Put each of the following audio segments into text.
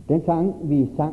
Den sang, vi sang,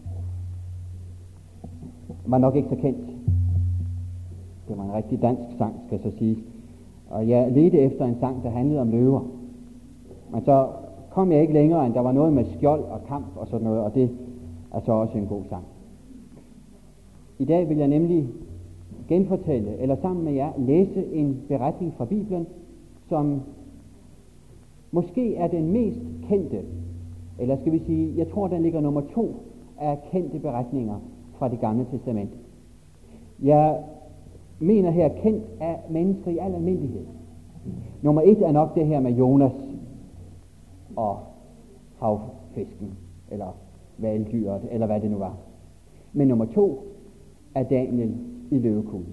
var nok ikke så kendt. Det var en rigtig dansk sang, skal så siges. Og jeg ledte efter en sang, der handlede om løver. Men så kom jeg ikke længere, end der var noget med skjold og kamp og sådan noget, og det er så også en god sang. I dag vil jeg nemlig genfortælle, eller sammen med jer, læse en beretning fra Bibelen, som måske er den mest kendte, eller skal vi sige, jeg tror, den ligger nummer 2 af kendte beretninger fra Det Gamle Testament. Jeg mener her kendt af mennesker i al almindelighed. Nummer 1 er nok det her med Jonas og havfisken, eller hvaldyret, eller hvad det nu var. Men nummer 2 er Daniel i løvekuglen.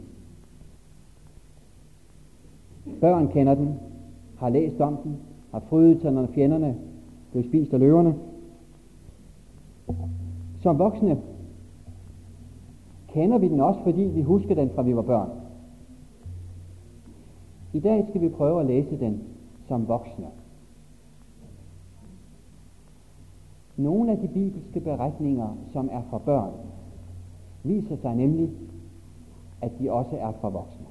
Børn kender den, har læst om den, har frydet sig, når fjenderne blev spist af løverne. Som voksne kender vi den også, fordi vi husker den fra vi var børn. I dag skal vi prøve at læse den som voksne. Nogle af de bibelske beretninger, som er for børn, viser sig nemlig, at de også er for voksne.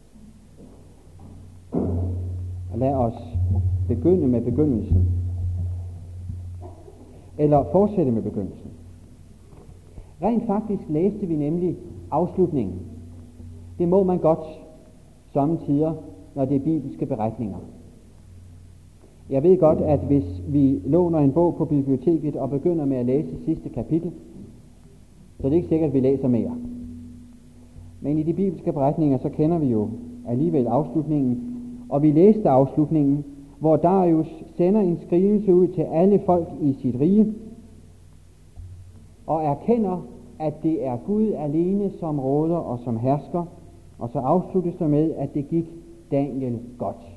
Lad os begynde med begyndelsen. Eller fortsætte med begyndelsen. Rent faktisk læste vi nemlig afslutningen. Det må man godt sommetider, når det er bibelske beretninger. Jeg ved godt, at hvis vi låner en bog på biblioteket og begynder med at læse sidste kapitel, så det er ikke sikkert, at vi læser mere. Men i de bibelske beretninger, så kender vi jo alligevel afslutningen. Og vi læste afslutningen, hvor Darius sender en skrivelse ud til alle folk i sit rige, og erkender, at det er Gud alene, som råder og som hersker. Og så afsluttes det med, at det gik Daniel godt.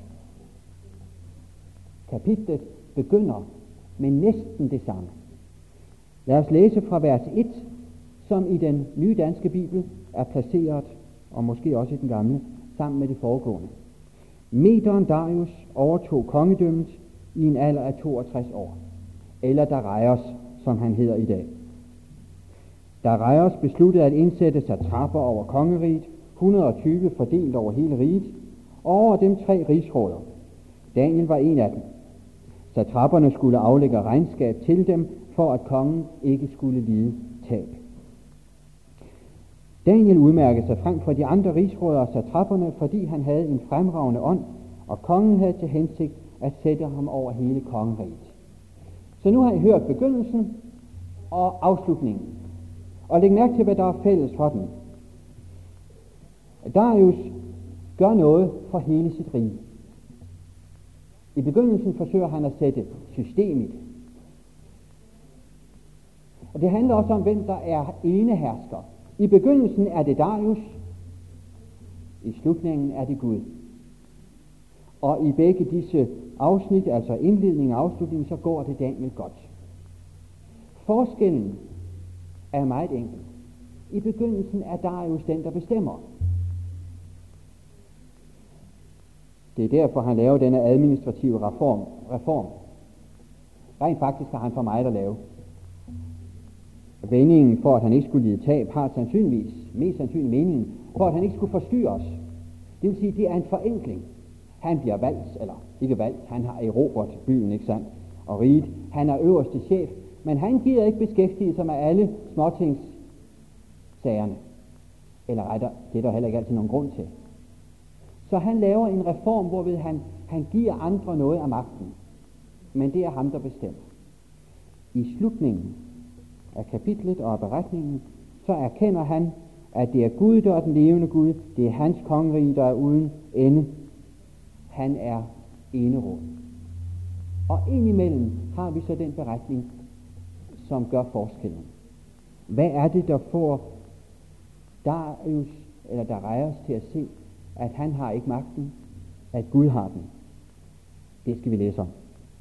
Kapitlet begynder med næsten det samme. Lad os læse fra vers 1, som i den nye danske bibel er placeret, og måske også i den gamle, sammen med det foregående. Mederen Darius overtog kongedømmet i en alder af 62 år, eller Dareios, som han hedder i dag. Dareios besluttede at indsætte satraper over kongeriget, 120 fordelt over hele riget, og over dem 3 rigsråder. Daniel var en af dem. Satraperne skulle aflægge regnskab til dem, for at kongen ikke skulle lide tab. Daniel udmærkede sig frem for de andre rigsråder og satrapperne, fordi han havde en fremragende ånd, og kongen havde til hensigt at sætte ham over hele kongeriget. Så nu har I hørt begyndelsen og afslutningen. Og læg mærke til, hvad der er fælles for den. Darius gør noget for hele sit rige. I begyndelsen forsøger han at sætte system i det. Og det handler også om, hvem der er enehersker. I begyndelsen er det Darius, i slutningen er det Gud. Og i begge disse afsnit, altså indledning og afslutning, så går det Daniel godt. Forskellen er meget enkel. I begyndelsen er Darius den, der bestemmer. Det er derfor, han laver denne administrative reform. Rent faktisk har han for meget at lave. Vendingen for, at han ikke skulle lide tab, har mest sandsynligt meningen, for at han ikke skulle forstyrre os. Det vil sige, det er en forenkling. Han bliver valgt, eller ikke valgt, han har erobret byen, ikke sandt, og riget. Han er øverste chef, men han giver ikke beskæftige sig med alle småtingssagerne. Eller rettere, det er der heller ikke altid nogen grund til. Så han laver en reform, hvorved han giver andre noget af magten. Men det er ham, der bestemmer. I slutningen af kapitlet og af beretningen, så erkender han, at det er Gud, der er den levende Gud. Det er hans kongerige, der er uden ende. Han er eneråd. Og indimellem har vi så den beretning, som gør forskellen. Hvad er det, der får Dareios til at se, at han har ikke magten, at Gud har den? Det skal vi læse om.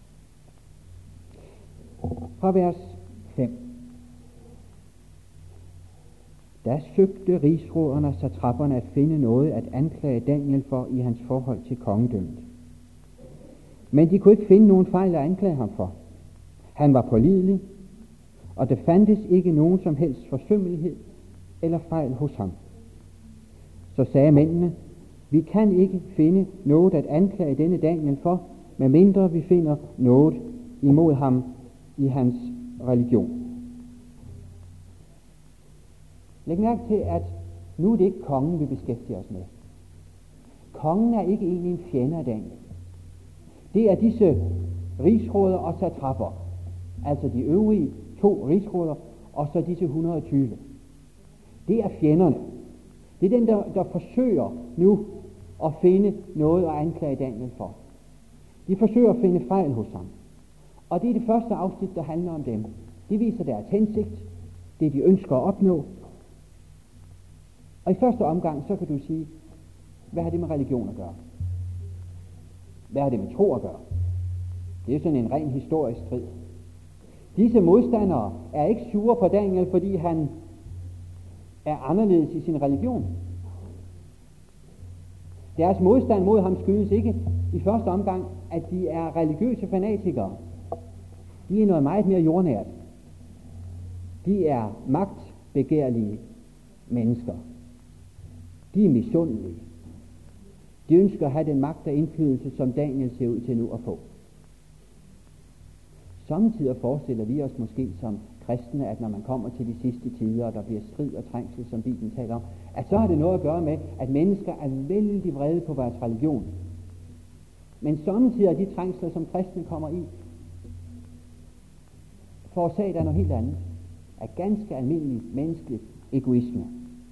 Fra vers 5. Da søgte rigsråderne og satrapperne at finde noget at anklage Daniel for i hans forhold til kongedømmet. Men de kunne ikke finde nogen fejl at anklage ham for. Han var pålidelig, og der fandtes ikke nogen som helst forsømmelighed eller fejl hos ham. Så sagde mændene, vi kan ikke finde noget at anklage denne Daniel for, medmindre vi finder noget imod ham i hans religion. Læg mærke til, at nu er det ikke kongen, vi beskæftiger os med. Kongen er ikke egentlig en fjende af Daniel. Det er disse rigsråder og satrapper, altså de øvrige 2 rigsråder, og så disse 120. Det er fjenderne. Det er den, der forsøger nu at finde noget at anklage Daniel for. De forsøger at finde fejl hos ham. Og det er det første afsnit, der handler om dem. Det viser deres hensigt, det de ønsker at opnå. Og i første omgang, så kan du sige, hvad har det med religion at gøre? Hvad har det med tro at gøre? Det er sådan en ren historisk strid. Disse modstandere er ikke sure på Daniel, fordi han er anderledes i sin religion. Deres modstand mod ham skyldes ikke i første omgang, at de er religiøse fanatikere. De er noget meget mere jordnært. De er magtbegærlige mennesker. De er misundelige. De ønsker at have den magt og indflydelse, som Daniel ser ud til nu at få. Samtidig forestiller vi os måske som kristne, at når man kommer til de sidste tider, og der bliver strid og trængsel, som Bibelen taler om, at så har det noget at gøre med, at mennesker er vældig vrede på deres religion. Men samtidig er de trængsler, som kristne kommer i, forårsaget af noget helt andet. Af ganske almindelig menneskelig egoisme.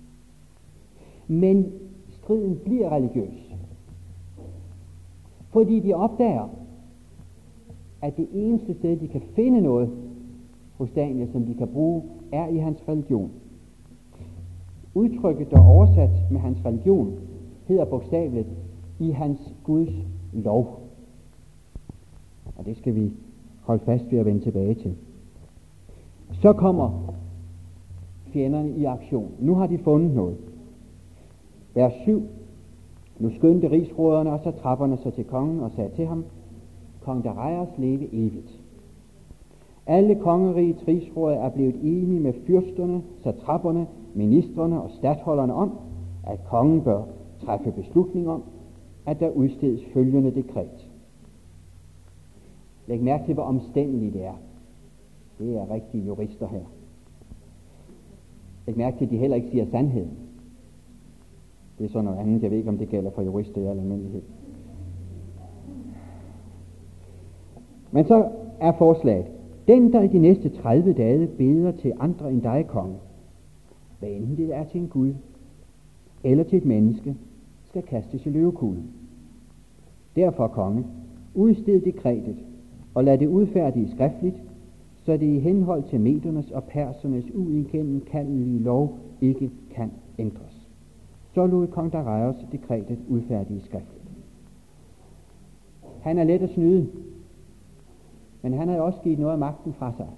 Men striden bliver religiøs. Fordi de opdager, at det eneste sted, de kan finde noget hos Daniel, som de kan bruge, er i hans religion. Udtrykket, der er oversat med hans religion, hedder bogstaveligt i hans Guds lov. Og det skal vi holde fast ved at vende tilbage til. Så kommer fjenderne i aktion. Nu har de fundet noget. Vers 7. Nu skyndte rigsråderne og satrapperne sig til kongen og sagde til ham, Kong Darius leve evigt. Alle kongerigets rigsråder er blevet enige med fyrsterne, satrapperne, ministrene og statholderne om, at kongen bør træffe beslutning om, at der udstedes følgende dekret. Læg mærke til, hvor omstændeligt det er. Det er rigtige jurister her. Læg mærke til, at de heller ikke siger sandheden. Det er sådan noget andet. Jeg ved ikke, om det gælder for jurister i al almindelighed. Men så er forslaget, den der i de næste 30 dage beder til andre end dig, konge, hvad enten det er til en Gud eller til et menneske, skal kastes i løvekuglen. Derfor, konge, udsted dekretet og lad det udfærdige skriftligt, så det i henhold til medernes og persernes uigennemkaldelige lov ikke kan ændres. Så lod kong Darius dekretet udfærdige skriftligt. Han er let at snyde, men han har også givet noget af magten fra sig.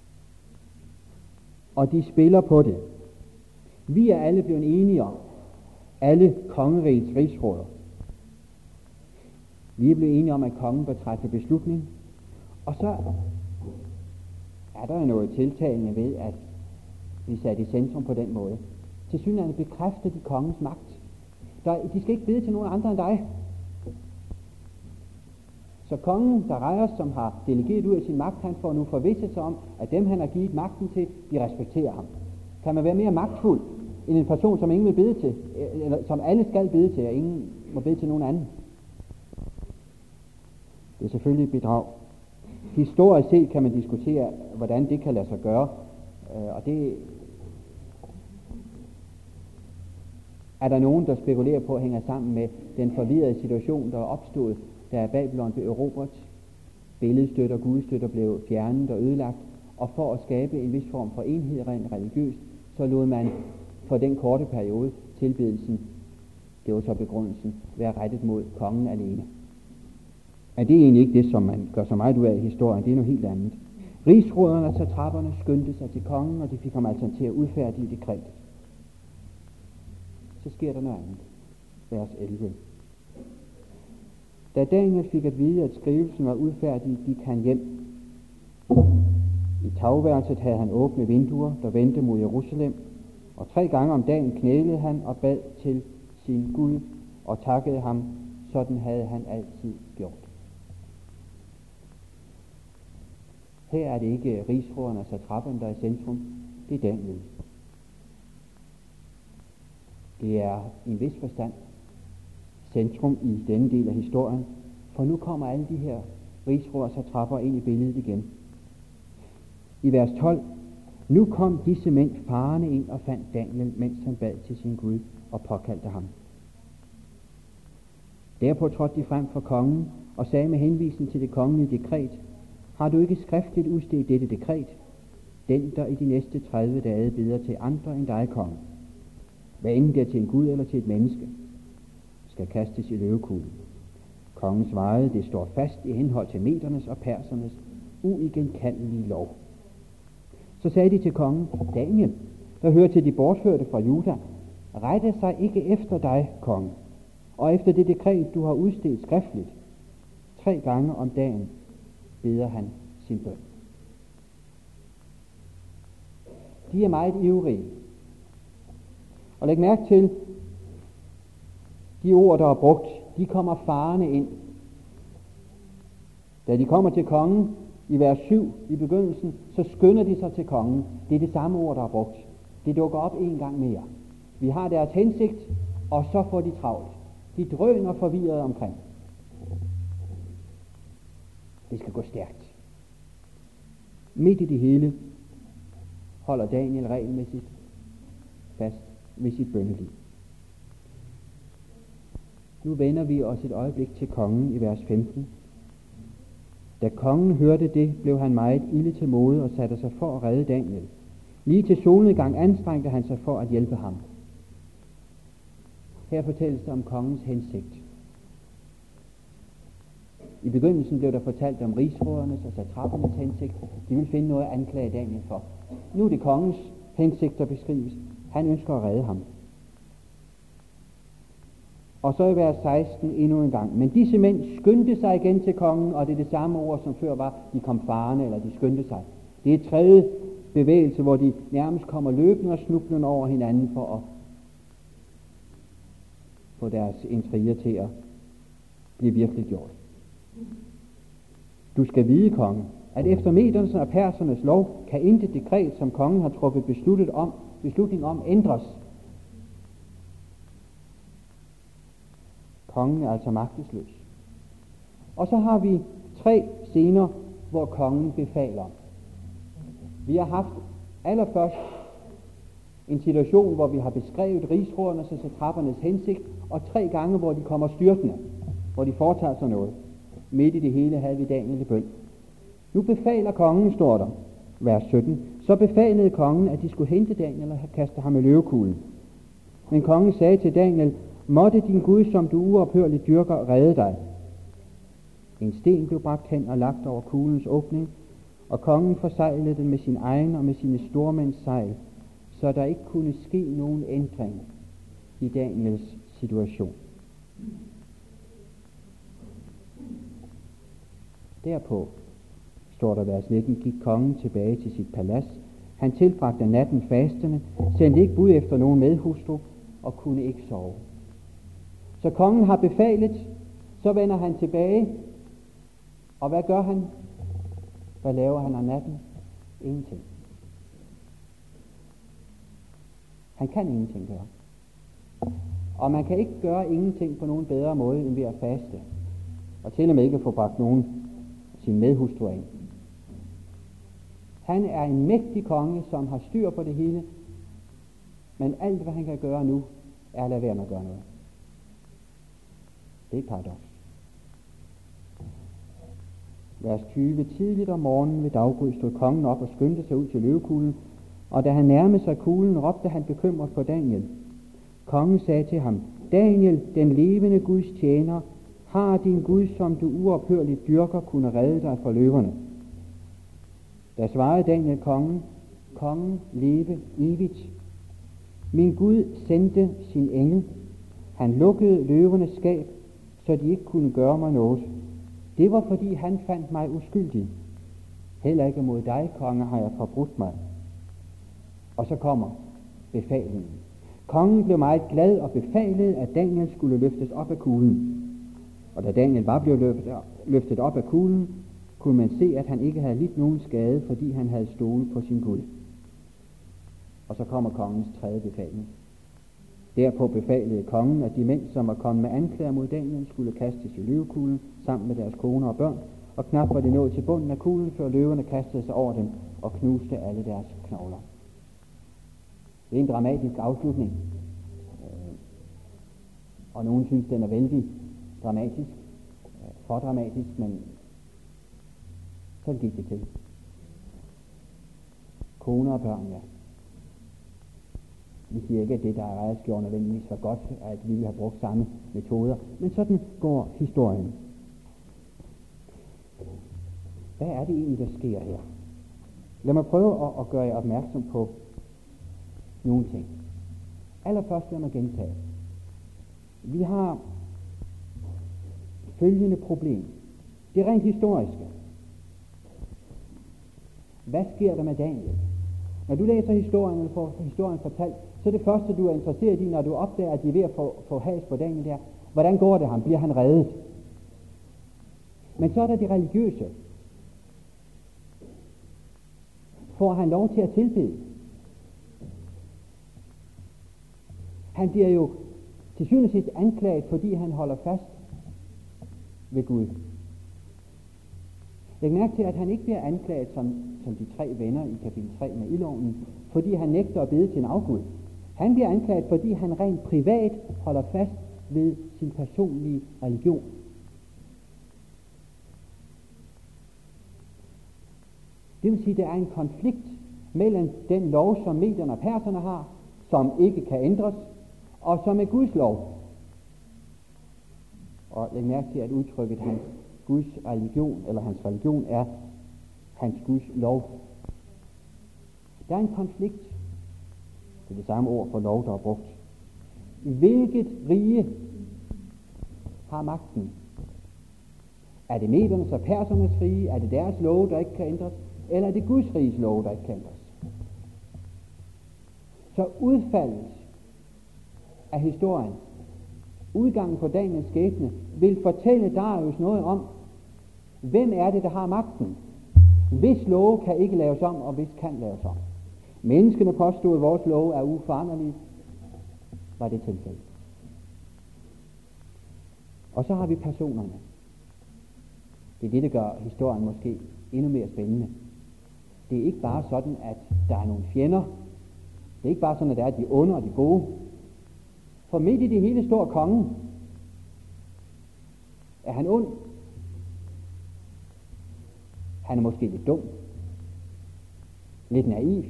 Og de spiller på det. Vi er alle blevet enige om, alle kongerigets rigsråder. Vi er blevet enige om, at kongen bør træffe beslutning, og så er der noget tiltalende ved, at vi sat i centrum på den måde. Tilsyneladende bekræfter de kongens magt. De skal ikke bede til nogen andre end dig. Så kongen, Darius, som har delegeret ud af sin magt, han får nu forvisset sig om, at dem han har givet magten til, de respekterer ham. Kan man være mere magtfuld end en person, som ingen vil bede til, eller som alle skal bede til, og ingen må bede til nogen anden? Det er selvfølgelig et bedrag. Historisk set kan man diskutere, hvordan det kan lade sig gøre, og det er der nogen, der spekulerer på, hænger sammen med den forvirrede situation, der er opstået, da Babylon blev erobret. Billedstøtter og gudstøtter blev fjernet og ødelagt, og for at skabe en vis form for enhed rent religiøst, så lod man for den korte periode tilbedelsen, det var så begrundelsen, være rettet mod kongen alene. Men det er egentlig ikke det, som man gør så meget ud af i historien. Det er noget helt andet. Rigsråderne og satrapperne skyndte sig til kongen, og de fik ham altså til at udfærdige dekretet. Så sker der noget andet. Vers 11. Da Daniel fik at vide, at skrivelsen var udfærdig, gik han hjem. I tagværelset havde han åbne vinduer, der vendte mod Jerusalem, og 3 gange om dagen knælede han og bad til sin Gud og takkede ham. Sådan havde han altid gjort. Her er det ikke rigsråderne og satrapperne, der er i centrum. Det er Daniel. Det er i en vis forstand centrum i denne del af historien, for nu kommer alle de her rigsrådere og satrapper ind i billedet igen. I vers 12: Nu kom disse mænd farende ind og fandt Daniel, mens han bad til sin Gud og påkaldte ham. Derpå trådte de frem for kongen og sagde med henvisning til det kongelige dekret: Har du ikke skriftligt udstedt dette dekret? Den, der i de næste 30 dage beder til andre end dig, konge, hvad enten det er til en Gud eller til et menneske, skal kastes i løvekuglen. Kongen svarede: Det står fast i henhold til medernes og persernes uigenkaldelige lov. Så sagde de til kongen: Daniel, der hører til de bortførte fra Juda, rette sig ikke efter dig, konge, og efter det dekret, du har udstedt skriftligt. 3 gange om dagen beder han sin bøn. De er meget ivrige. Og læg mærke til, de ord, der er brugt, de kommer farende ind. Da de kommer til kongen i vers 7 i begyndelsen, så skynder de sig til kongen. Det er det samme ord, der er brugt. Det dukker op 1 gang mere. Vi har deres hensigt, og så får de travlt. De drøner forvirret omkring. Det skal gå stærkt. Midt i det hele holder Daniel regelmæssigt fast ved sit bønneliv. Nu vender vi os et øjeblik til kongen i vers 15. Da kongen hørte det, blev han meget ilde til mode og satte sig for at redde Daniel. Lige til solnedgang anstrengte han sig for at hjælpe ham. Her fortælles der om kongens hensigt. I begyndelsen blev der fortalt om rigsrådernes og satrappernes hensigt. De vil finde noget at anklage Daniel for. Nu er det kongens hensigt, der beskrives. Han ønsker at redde ham. Og så i vers 16 endnu en gang. Men disse mænd skyndte sig igen til kongen, og det er det samme ord, som før var, de kom farende, eller de skyndte sig. Det er et tredje bevægelse, hvor de nærmest kommer løbende og snublende over hinanden for at få deres intriger til at blive virkelig gjort. Du skal vide, konge, at efter medernes og persernes lov kan intet dekret, som kongen har truffet beslutning om, ændres. Kongen er altså magtesløs. Og så har vi 3 scener, hvor kongen befaler. Vi har haft allerførst en situation, hvor vi har beskrevet rigsrådernes og satrappernes hensigt, og 3 gange, hvor de kommer styrtende, hvor de foretager sig noget. Midt i det hele havde vi Daniel i bøn. Nu befaler kongen, står der, vers 17, så befalede kongen, at de skulle hente Daniel og kaste ham i løvekuglen. Men kongen sagde til Daniel: Måtte din Gud, som du uophørligt dyrker, redde dig. En sten blev bragt hen og lagt over kuglens åbning, og kongen forsejlede den med sin egen og med sine stormænds sejl, så der ikke kunne ske nogen ændring i Daniels situation. Derpå, står der vers 19, gik kongen tilbage til sit palads. Han tilbragte natten fastende, sendte ikke bud efter nogen medhustru og kunne ikke sove. Så kongen har befalet, så vender han tilbage, og hvad gør han? Hvad laver han om natten? Ingenting. Han kan ingenting gøre. Og man kan ikke gøre ingenting på nogen bedre måde, end ved at faste. Og til og med ikke få bragt nogen sin medhustru ind. Han er en mægtig konge, som har styr på det hele, men alt hvad han kan gøre nu, er at lade være med at gøre noget. Det er et paradoks. Vers 20. Tidligt om morgenen ved daggry stod kongen op og skyndte sig ud til løvekuglen, og da han nærmede sig kuglen, råbte han bekymret på Daniel. Kongen sagde til ham: Daniel, den levende Guds tjener, har din Gud, som du uophørligt dyrker, kunne redde dig fra løverne? Da svarede Daniel kongen: Kongen leve evigt. Min Gud sendte sin engel. Han lukkede løvernes skab, så de ikke kunne gøre mig noget. Det var fordi han fandt mig uskyldig. Heller ikke mod dig, konge, har jeg forbrudt mig. Og så kommer befalingen. Kongen blev meget glad og befalede, at Daniel skulle løftes op af kuglen. Og da Daniel var blevet løftet op af kuglen, kunne man se, at han ikke havde lidt nogen skade, fordi han havde stolet på sin Gud. Og så kommer kongens tredje befaling. Derpå befalede kongen, at de mænd, som var kommet med anklager mod Daniel, skulle kastes i løvekuglen sammen med deres koner og børn, og knap var de nået til bunden af kuglen, før løverne kastede sig over dem og knuste alle deres knogler. Det er en dramatisk afslutning, og nogen synes, den er vældig dramatisk, for dramatisk, men så gik det til. Koner og børn, ja. Vi siger ikke, at det, der er rejsgjort, nødvendigvis var godt, at vi ville have brugt samme metoder, men sådan går historien. Hvad er det egentlig, der sker her? Lad mig prøve at gøre jer opmærksom på nogle ting. Allerførst lad mig gentage. Vi har følgende problem. Det er rent historiske. Hvad sker der med Daniel? Når du læser historien, eller får historien fortalt, så er det første, du er interesseret i, når du opdager, at de er ved at få has på Daniel der. Hvordan går det ham? Bliver han reddet? Men så er der de religiøse. Får han lov til at tilbede? Han bliver jo til syvende og sidst anklaget, fordi han holder fast ved Gud. Læg mærke til, at han ikke bliver anklaget som de tre venner i kapitel 3 med ildovnen, fordi han nægter at bede til en afgud. Han bliver anklaget, fordi han rent privat holder fast ved sin personlige religion. Det vil sige, at der er en konflikt mellem den lov, som medierne og perserne har, som ikke kan ændres, og som er Guds lov. Og læg mærke til, at udtrykket hans Guds religion, eller hans religion, er hans Guds lov. Der er en konflikt. Det er det samme ord for lov, der er brugt. Hvilket rige har magten? Er det medernes og persernes rige? Er det deres lov, der ikke kan ændres? Eller er det Guds riges lov, der ikke kan ændres? Så udfaldet af historien, udgangen på Daniels skæbne, vil fortælle Darius noget om, hvem er det, der har magten? Hvis lov kan ikke laves om, og hvis kan laves om. Menneskene påstod, at vores lov er uforanderlig. Var det tilfældet? Og så har vi personerne. Det er det, der gør historien måske endnu mere spændende. Det er ikke bare sådan, at der er nogle fjender. Det er ikke bare sådan, at der er de onde og de gode. For midt i det hele står kongen. Er han ond? Han er måske lidt dum. Lidt naiv.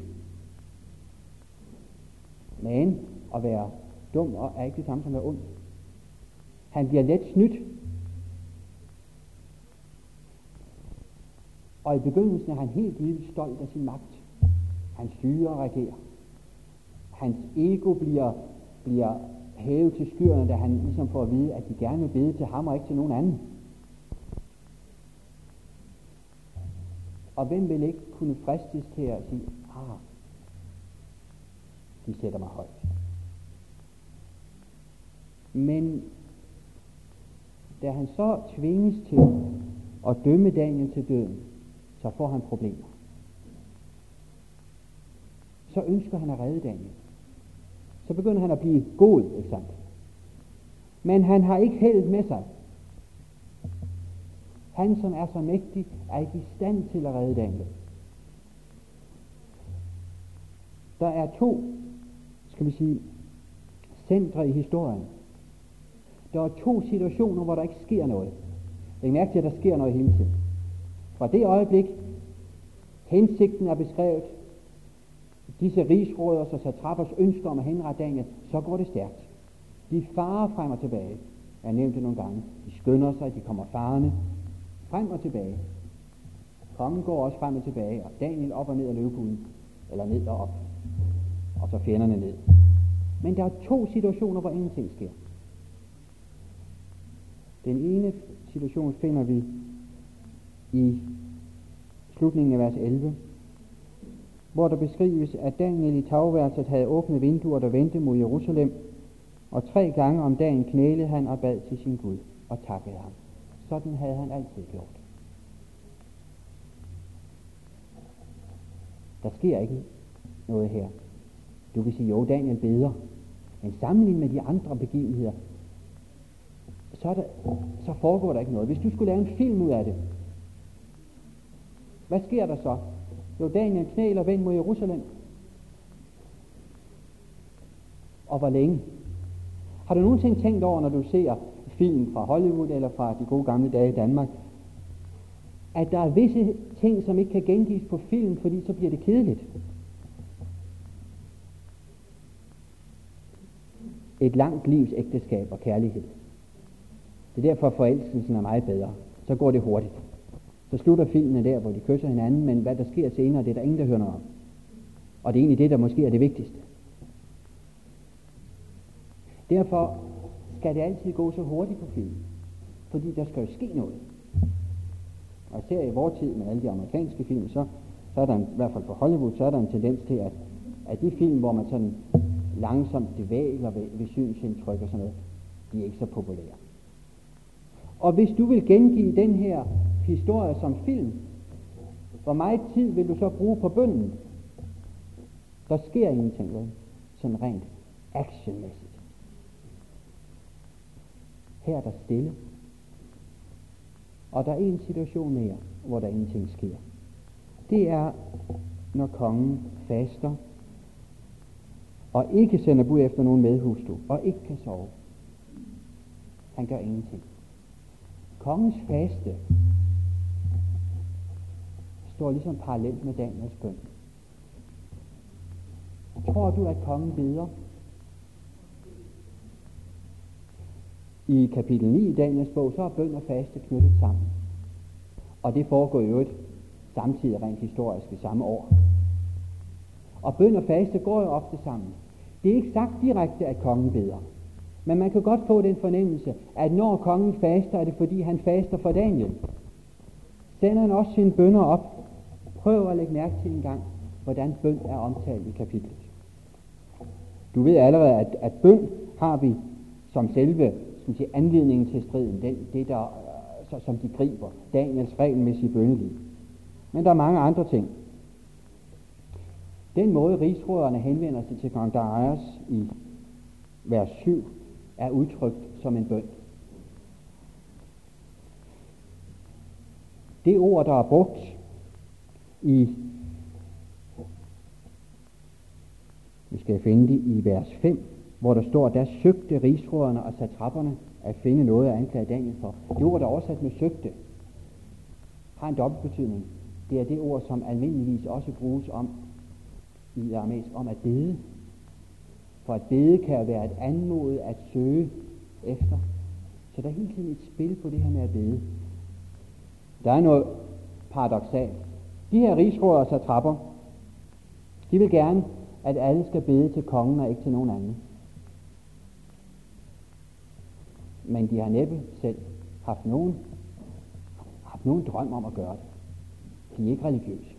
Men at være dum er ikke det samme som at være ond. Han bliver let snydt. Og i begyndelsen er han helt vildt stolt af sin magt. Han styrer og regerer. Hans ego bliver hævet til skyerne, da han ligesom får at vide, at de gerne vil bede til ham og ikke til nogen anden. Og hvem vil ikke kunne fristes til at sige, de sætter mig højt. Men da han så tvinges til at dømme Daniel til døden, så får han problemer. Så ønsker han at redde Daniel. Så begynder han at blive god, ikke sandt? Men han har ikke heldet med sig. Han, som er så mægtig, er ikke i stand til at redde Daniel. Der er to, centre i historien. Der er to situationer, hvor der ikke sker noget. Læg mærke til, at der sker noget hele tiden. Fra det øjeblik, hensigten er beskrevet, disse rigsråders og satrapers ønsker om at henrette Daniel, så går det stærkt. De farer frem og tilbage. Jeg har nævnt det nogle gange. De skynder sig, de kommer farende. Frem og tilbage. Kongen går også frem og tilbage, og Daniel op og ned af løvekuglen. Eller ned og op. Og så fjenderne ned. Men der er to situationer, hvor ingenting sker. Den ene situation finder vi i slutningen af vers 11, hvor der beskrives, at Daniel i tagværelset havde åbnet vinduer, der vendte mod Jerusalem, og 3 gange om dagen knælede han og bad til sin Gud og takkede ham. Sådan havde han altid gjort. Der sker ikke noget her. Du kan sige, jo, Daniel beder, men sammenlignet med de andre begivenheder, så foregår der ikke noget. Hvis du skulle lave en film ud af det, hvad sker der så? Jo, Daniel knæler og vend mod Jerusalem. Og hvor længe? Har du nogensinde tænkt over, når du ser film fra Hollywood eller fra de gode gamle dage i Danmark, at der er visse ting, som ikke kan gengives på film, fordi så bliver det kedeligt? Et langt livs ægteskab og kærlighed. Det er derfor, forelskelsen er meget bedre. Så går det hurtigt. Så slutter filmen der, hvor de kysser hinanden, men hvad der sker senere, det er der ingen, der hører noget om. Og det er egentlig det, der måske er det vigtigste. Derfor skal det altid gå så hurtigt på film, fordi der skal jo ske noget. Og især i vores tid med alle de amerikanske film, så er der i hvert fald på Hollywood, så er der en tendens til, at de film, hvor man sådan langsomt dvæler ved synsindtryk og sådan noget, de er ikke så populære. Og hvis du vil gengive den her historie som film, hvor meget tid vil du så bruge på bønnen? Der sker ingenting, vel? Sådan rent actionmæssigt. Her er der stille. Og der er en situation mere, hvor der ingenting sker. Det er, når kongen faster, og ikke sender bud efter nogen medhustru, og ikke kan sove. Han gør ingenting. Kongens faste står ligesom parallelt med Daniels bøn. Tror du, at kongen beder? I kapitel 9 i Daniels bog, så er bøn og faste knyttet sammen. Og det foregår jo et samtidig rent historisk i samme år. Og bøn og faste går jo ofte sammen. Det er ikke sagt direkte, at kongen beder. Men man kan godt få den fornemmelse, at når kongen faster, er det fordi han faster for Daniel. Sender han også sine bønner op. Prøv at lægge mærke til en gang, hvordan bøn er omtalt i kapitlet. Du ved allerede, at bøn har vi som selve anledningen til striden. Det der, som de griber. Daniels regelmæssige bønneliv. Men der er mange andre ting. Den måde rigsråderne henvender sig til kong Darius i vers 7 er udtrykt som en bøn. Det ord, der er brugt vi skal finde det i vers 5, hvor der står, der søgte rigsråderne og satrapperne at finde noget at anklage Daniel for. Det ord, der er oversat med søgte, har en dobbeltbetydning. Det er det ord, som almindeligvis også bruges om i aramæisk, om at bede. For at bede kan være et anmode at søge efter. Så der er hele tiden et spil på det her med at bede. Der er noget paradoksalt. De her rigsråder og satrapper, de vil gerne, at alle skal bede til kongen og ikke til nogen anden. Men de har næppe selv haft nogen drøm om at gøre det. De er ikke religiøse.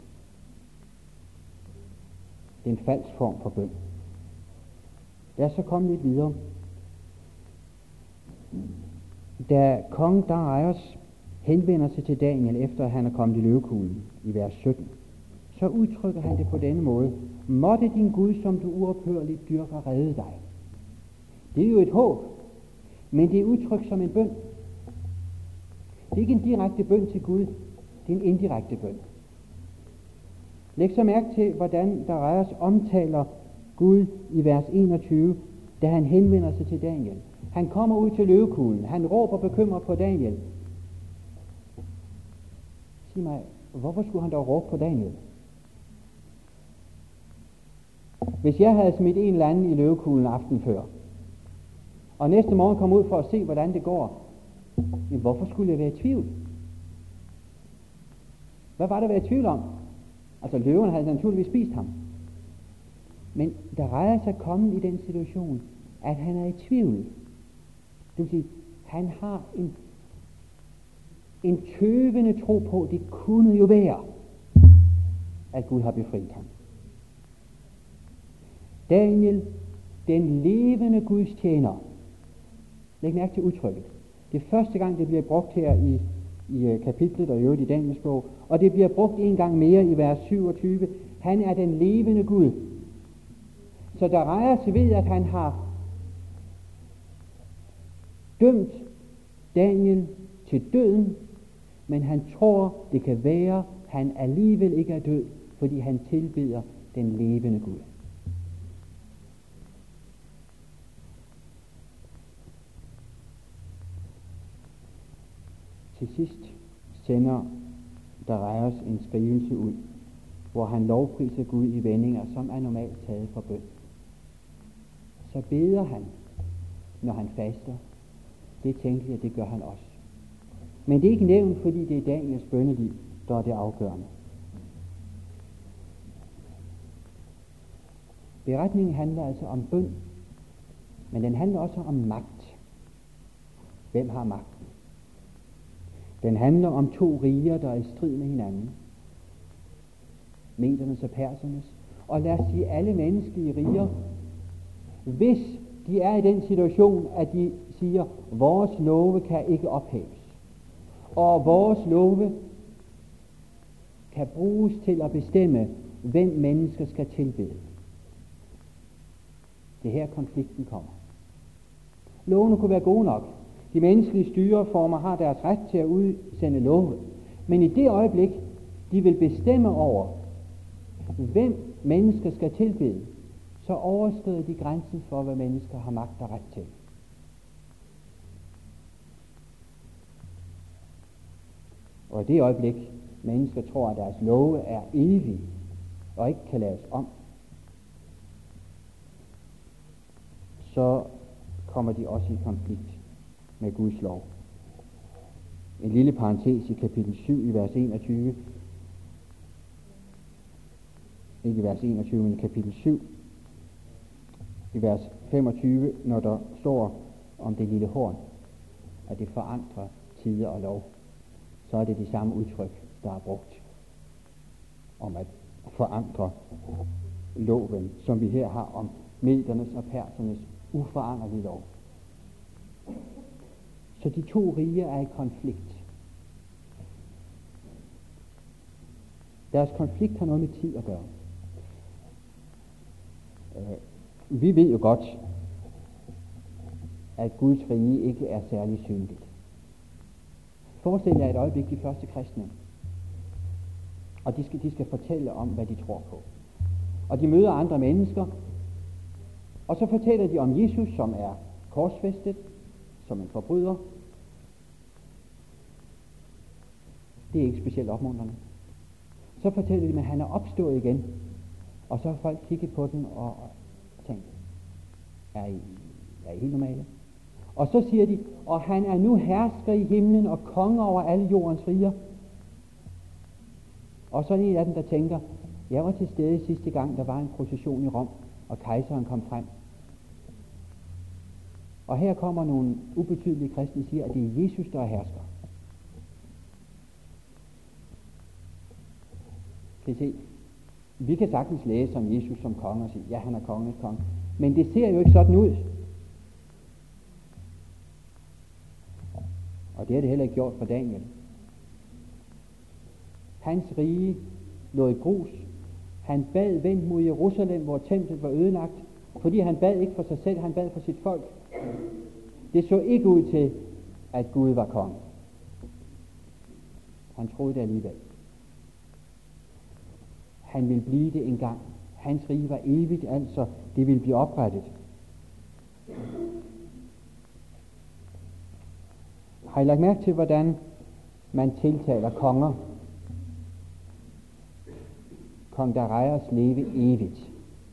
Det er en falsk form for bøn. Lad os så komme lidt videre. Da kong Darius henvender sig til Daniel, efter at han er kommet i løvekuglen, i vers 17, så udtrykker han det på denne måde. Måtte din Gud, som du uophørligt dyrker, redde dig. Det er jo et håb, men det er udtrykt som en bøn. Det er ikke en direkte bøn til Gud, det er en indirekte bøn. Læg så mærke til, hvordan Darius omtaler Gud i vers 21, da han henvender sig til Daniel. Han kommer ud til løvekuglen. Han råber bekymret på Daniel. Sig mig, hvorfor skulle han dog råbe på Daniel? Hvis jeg havde smidt en eller anden i løvekuglen aften før, og næste morgen kom ud for at se, hvordan det går, men hvorfor skulle jeg være i tvivl? Hvad var der at være i tvivl om? Altså løven havde naturligvis spist ham. Men der rejer sig kommet i den situation, at han er i tvivl. Det vil sige, han har en tøvende tro på, det kunne jo være. at Gud har befriet ham. Daniel, den levende Guds tjener. Læg mærke til udtrykket. Det er første gang, det bliver brugt her i kapitlet og i øvrigt i Daniels bog, og det bliver brugt en gang mere i vers 27. Han er den levende Gud. Så der rejer sig ved, at han har dømt Daniel til døden, men han tror, det kan være, han alligevel ikke er død, fordi han tilbeder den levende Gud. Til sidst sender Darius en skrivelse ud, hvor han lovpriser Gud i vendinger, som er normalt taget for bøn. Så beder han, når han faster. Det er tænkeligt, at det gør han også. Men det er ikke nævnt, fordi det er Daniels bønneliv, der er det afgørende. Beretningen handler altså om bøn, men den handler også om magt. Hvem har magten? Den handler om to riger, der er i strid med hinanden. Medernes og persernes. Og lad os sige, alle menneskelige riger, hvis de er i den situation, at de siger, vores love kan ikke ophæves, og vores love kan bruges til at bestemme, hvem mennesker skal tilbede. Det her konflikten kommer. Lovene kunne være gode nok. De menneskelige styreformer har deres ret til at udsende love. Men i det øjeblik, de vil bestemme over, hvem mennesker skal tilbede, så overskrider de grænsen for, hvad mennesker har magt og ret til. Og i det øjeblik, mennesker tror, at deres love er evige og ikke kan laves om, så kommer de også i konflikt med Guds lov. En lille parentes i kapitel 7 i vers 21. Ikke i vers 21, men i kapitel 7. I vers 25, når der står om det lille horn, at det forandrer tider og lov, så er det de samme udtryk, der er brugt om at forandre loven, som vi her har om medernes og persernes uforanderlige lov. Så de to riger er i konflikt. Deres konflikt har noget med tid at gøre. Vi ved jo godt, at Guds rige ikke er særlig synligt. Forestil jer et øjeblik de første kristne, og de skal fortælle om, hvad de tror på. Og de møder andre mennesker, og så fortæller de om Jesus, som er korsfæstet, som en forbryder. Det er ikke specielt opmuntrende. Så fortæller de, at han er opstået igen, og så har folk kigget på den og tænkt, er I helt normale? Og så siger de, og han er nu hersker i himlen og konge over alle jordens riger. Og så er en af dem, der tænker, jeg var til stede sidste gang, der var en procession i Rom, og kejseren kom frem. Og her kommer nogle ubetydelige kristne og siger, at det er Jesus, der er hersker. Kan I se? Vi kan sagtens læse om Jesus som konge og sige, ja, han er kongens konge. Men det ser jo ikke sådan ud. Og det har det heller ikke gjort for Daniel. Hans rige lå i grus. Han bad vendt mod Jerusalem, hvor templet var ødelagt, fordi han bad ikke for sig selv, han bad for sit folk. Det så ikke ud til, at Gud var konge. Han troede det alligevel. Han ville blive det engang. Hans rige var evigt, altså det ville blive oprettet. Har I lagt mærke til, hvordan man tiltaler konger? Kong Darius leve evigt.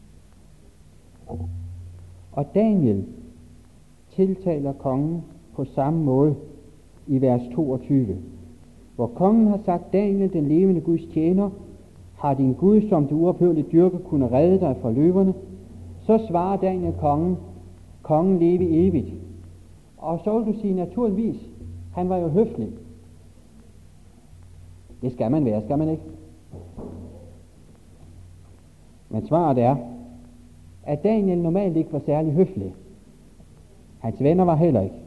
Og Daniel tiltaler kongen på samme måde i vers 22, hvor kongen har sagt, Daniel, den levende Guds tjener, har din Gud, som du uophørligt dyrker, kunne redde dig fra løverne? Så svarer Daniel kongen leve evigt. Og så vil du sige, naturligvis, han var jo høflig. Det skal man være, skal man ikke? Men svaret er, at Daniel normalt ikke var særlig høflig. Hans venner var heller ikke.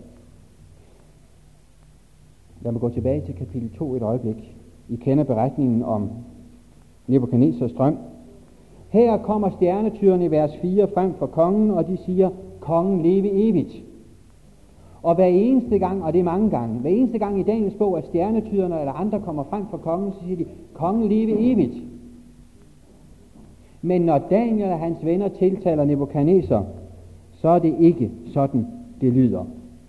Lad mig gå tilbage til kapitel 2 et øjeblik. I kender beretningen om Nebukadnesars drøm. Her kommer stjernetyderne i vers 4 frem for kongen, og de siger, kongen leve evigt. Og hver eneste gang, og det er mange gange, hver eneste gang i Daniels bog, at stjernetyderne eller andre kommer frem for kongen, så siger de, kongen leve evigt. Men når Daniel og hans venner tiltaler Nebukadnesar, så er det ikke sådan, det lyder.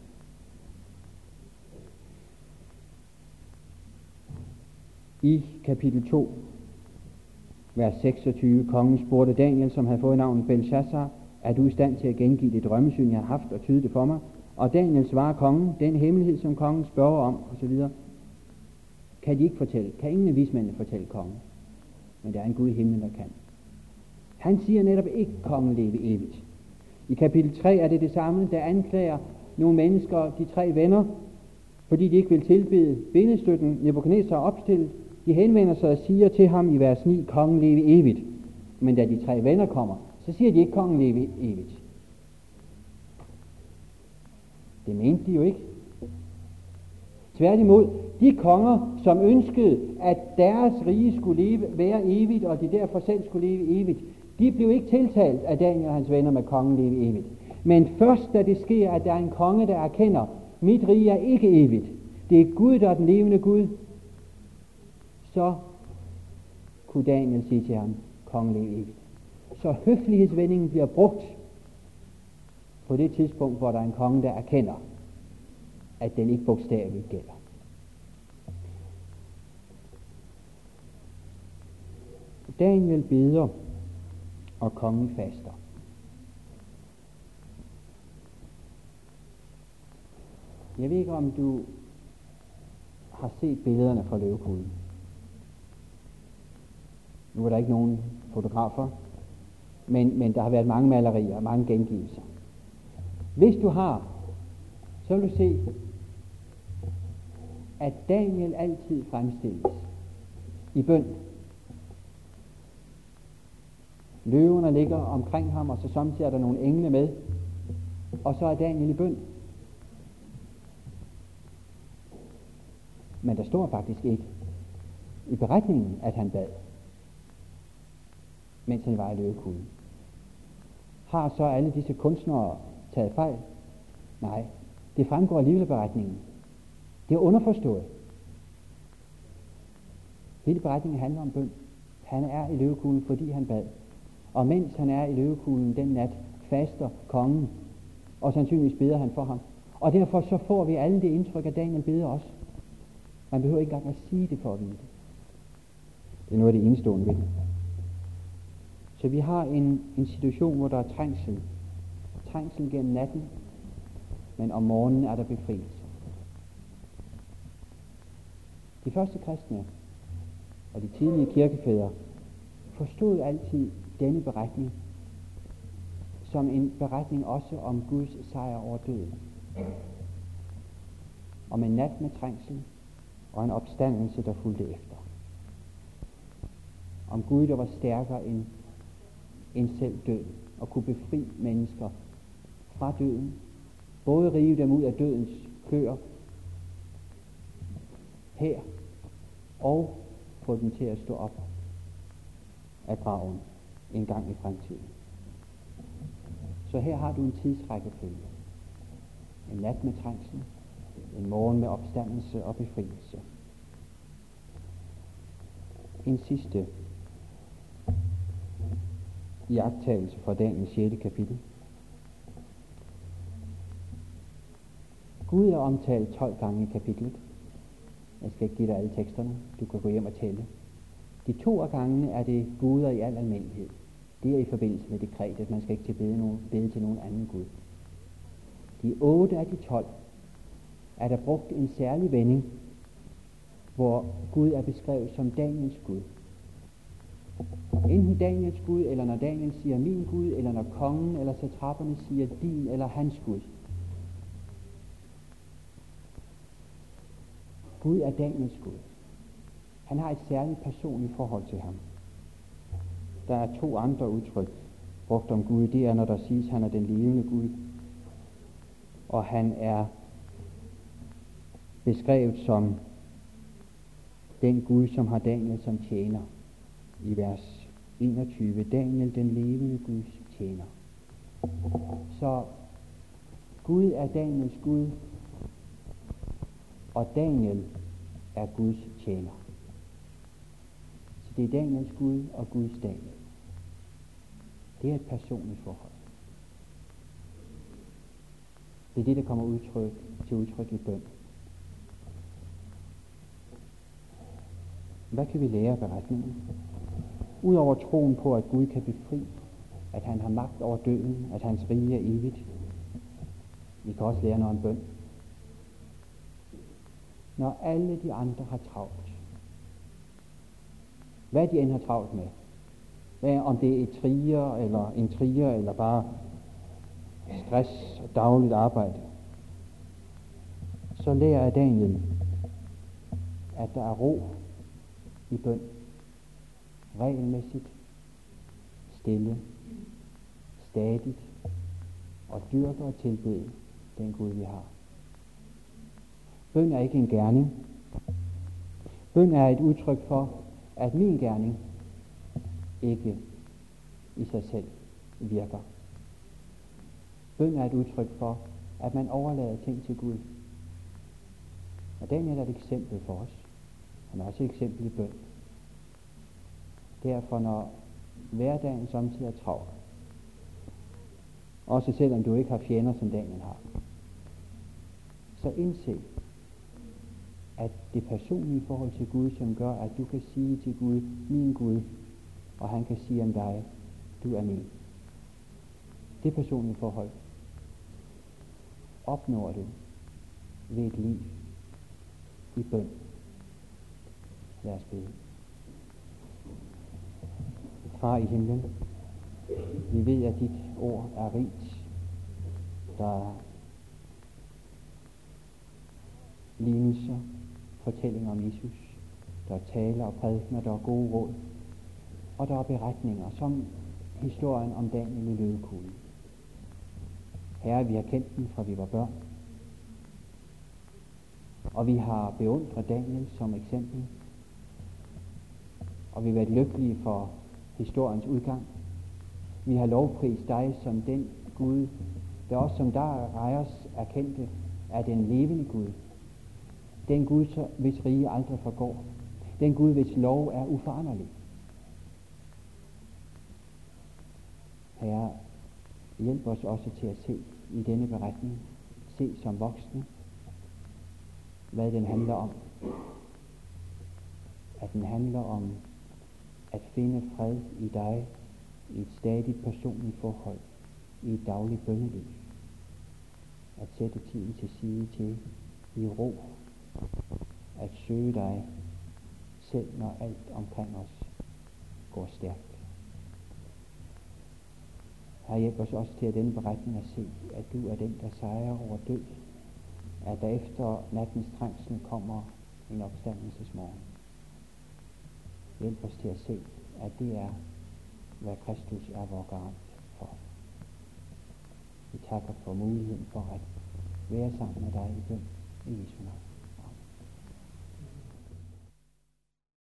I kapitel 2, vers 26, kongen spurgte Daniel, som havde fået navnet Belshazzar, er du i stand til at gengive det drømmesyn, jeg har haft, og tyde det for mig? Og Daniel svarer kongen, den hemmelighed, som kongen spørger om, osv., kan de ikke fortælle. Kan ingen af vismændene fortælle kongen. Men der er en Gud i himlen, der kan. Han siger netop ikke, kongen leve evigt. I kapitel 3 er det det samme, der anklager nogle mennesker, de 3 venner, fordi de ikke vil tilbede bindestøtten, Nebukadnesar opstillet. De henvender sig og siger til ham i vers 9, kongen leve evigt. Men da de 3 venner kommer, så siger de ikke, kongen leve evigt. Det mente de jo ikke. Tværtimod, de konger, som ønskede, at deres rige skulle være evigt, og de derfor selv skulle leve evigt, de blev ikke tiltalt af Daniel og hans venner med kongen leve evigt. Men først da det sker, at der er en konge, der erkender, mit rige er ikke evigt, det er Gud, der er den levende Gud, så kunne Daniel sige til ham, kongen leve evigt. Så høflighedsvendingen bliver brugt på det tidspunkt, hvor der er en konge, der erkender, at den ikke bogstaveligt gælder. Daniel beder, og kongen faster. Jeg ved ikke, om du har set billederne fra løvekuglen. Nu er der ikke nogen fotografer, men der har været mange malerier og mange gengivelser. Hvis du har, så vil du se, at Daniel altid fremstilles i bøn. Løverne ligger omkring ham, og så samtidig er der nogle engle med, og så er Daniel i bøn. Men der står faktisk ikke i beretningen, at han bad, mens han var i løvekuglen. Har så alle disse kunstnere taget fejl? Nej, det fremgår alligevel af beretningen. Det er underforstået. Hele beretningen handler om bøn. Han er i løvekuglen, fordi han bad. Og mens han er i løvekuglen den nat, faster kongen, og sandsynligvis beder han for ham. Og derfor så får vi alle det indtryk, at Daniel beder også. Man behøver ikke engang at sige det for at vide det. Det er noget af det enestående ved det. Så vi har en situation, hvor der er trængsel. Trængsel gennem natten, men om morgenen er der befrielse. De første kristne og de tidlige kirkefædre forstod altid denne beretning som en beretning også om Guds sejr over døden. Om en nat med trængsel og en opstandelse, der fulgte efter. Om Gud, der var stærkere end selv døden, og kunne befri mennesker fra døden, både rive dem ud af dødens kløer her, og få dem til at stå op af graven en gang i fremtiden. Så her har du en tidsrækkefølge. En nat med trængsel, en morgen med opstandelse og befrielse. En sidste iagttagelse fra Daniels 6. kapitel. Gud er omtalt 12 gange i kapitlet. Jeg skal ikke give dig alle teksterne. Du kan gå hjem og tælle. De 2 af gangene er det guder i al almindelighed. Det er i forbindelse med dekretet, at man skal ikke bede til nogen anden Gud. De 8 af de 12 er der brugt en særlig vending, hvor Gud er beskrevet som Daniels Gud. Enten Daniels Gud, eller når Daniel siger min Gud, eller når kongen eller satraperne siger din eller hans Gud. Gud er Daniels Gud. Han har et særligt personligt forhold til ham. Der er 2 andre udtryk brugt om Gud. Det er, når der siges, at han er den levende Gud. Og han er beskrevet som den Gud, som har Daniel som tjener. I vers 21. Daniel, den levende Guds tjener. Så Gud er Daniels Gud, og Daniel er Guds tjener. Så det er Daniels Gud og Guds Daniel. Det er et personligt forhold. Det er det, der kommer til udtryk i bøn. Hvad kan vi lære af beretningen? Udover troen på, at Gud kan befri, at han har magt over døden, at hans rige er evigt. Vi kan også lære noget om bøn. Når alle de andre har travlt, hvad de end har travlt med, om det er et trier eller bare stress og dagligt arbejde, så lærer af Daniel, at der er ro i bøn, regelmæssigt, stille, stadigt, og dyrker og tilbede den Gud, vi har. Bøn er ikke en gerning. Bøn er et udtryk for, at min gerning ikke i sig selv virker. Bøn er et udtryk for, at man overlader ting til Gud. Og Daniel er et eksempel for os. Han er også et eksempel i bøn. Derfor, når hverdagen samtidig er travl, også selvom du ikke har fjender, som Daniel har, så indse, at det personlige forhold til Gud, som gør, at du kan sige til Gud, min Gud, og han kan sige om dig, du er min. Det personlige forhold opnår du ved et liv i bøn. Lad os bede. Far i himlen, vi ved, at dit ord er rigt. Der er lignelser, fortællinger om Jesus. Der er taler og prædikener, der er gode råd. Og der er beretninger, som historien om Daniel i løvekuglen. Herre, vi har kendt den fra vi var børn. Og vi har beundret Daniel som eksempel. Og vi har været lykkelige for historiens udgang. Vi har lovprist dig som den Gud, der også som der Rejers erkendte, er den levende Gud. Den Gud, hvis rige aldrig forgår. Den Gud, hvis lov er uforanderlig. Herre, hjælp os også til at se i denne beretning, se som voksne, hvad den handler om. At den handler om at finde fred i dig, i et stadigt personligt forhold, i et dagligt bønneliv. At sætte tiden til side til i ro, at søge dig, selv når alt omkring os går stærkt. Her hjælper os også til at denne beretning at se, at du er den, der sejrer over død, at der efter nattens trængsel kommer en opstandelsesmorgen. Hjælp os til at se, at det er, hvad Kristus er vor garant for. Vi takker for muligheden for at være sammen med dig i bøn i Jesu navn.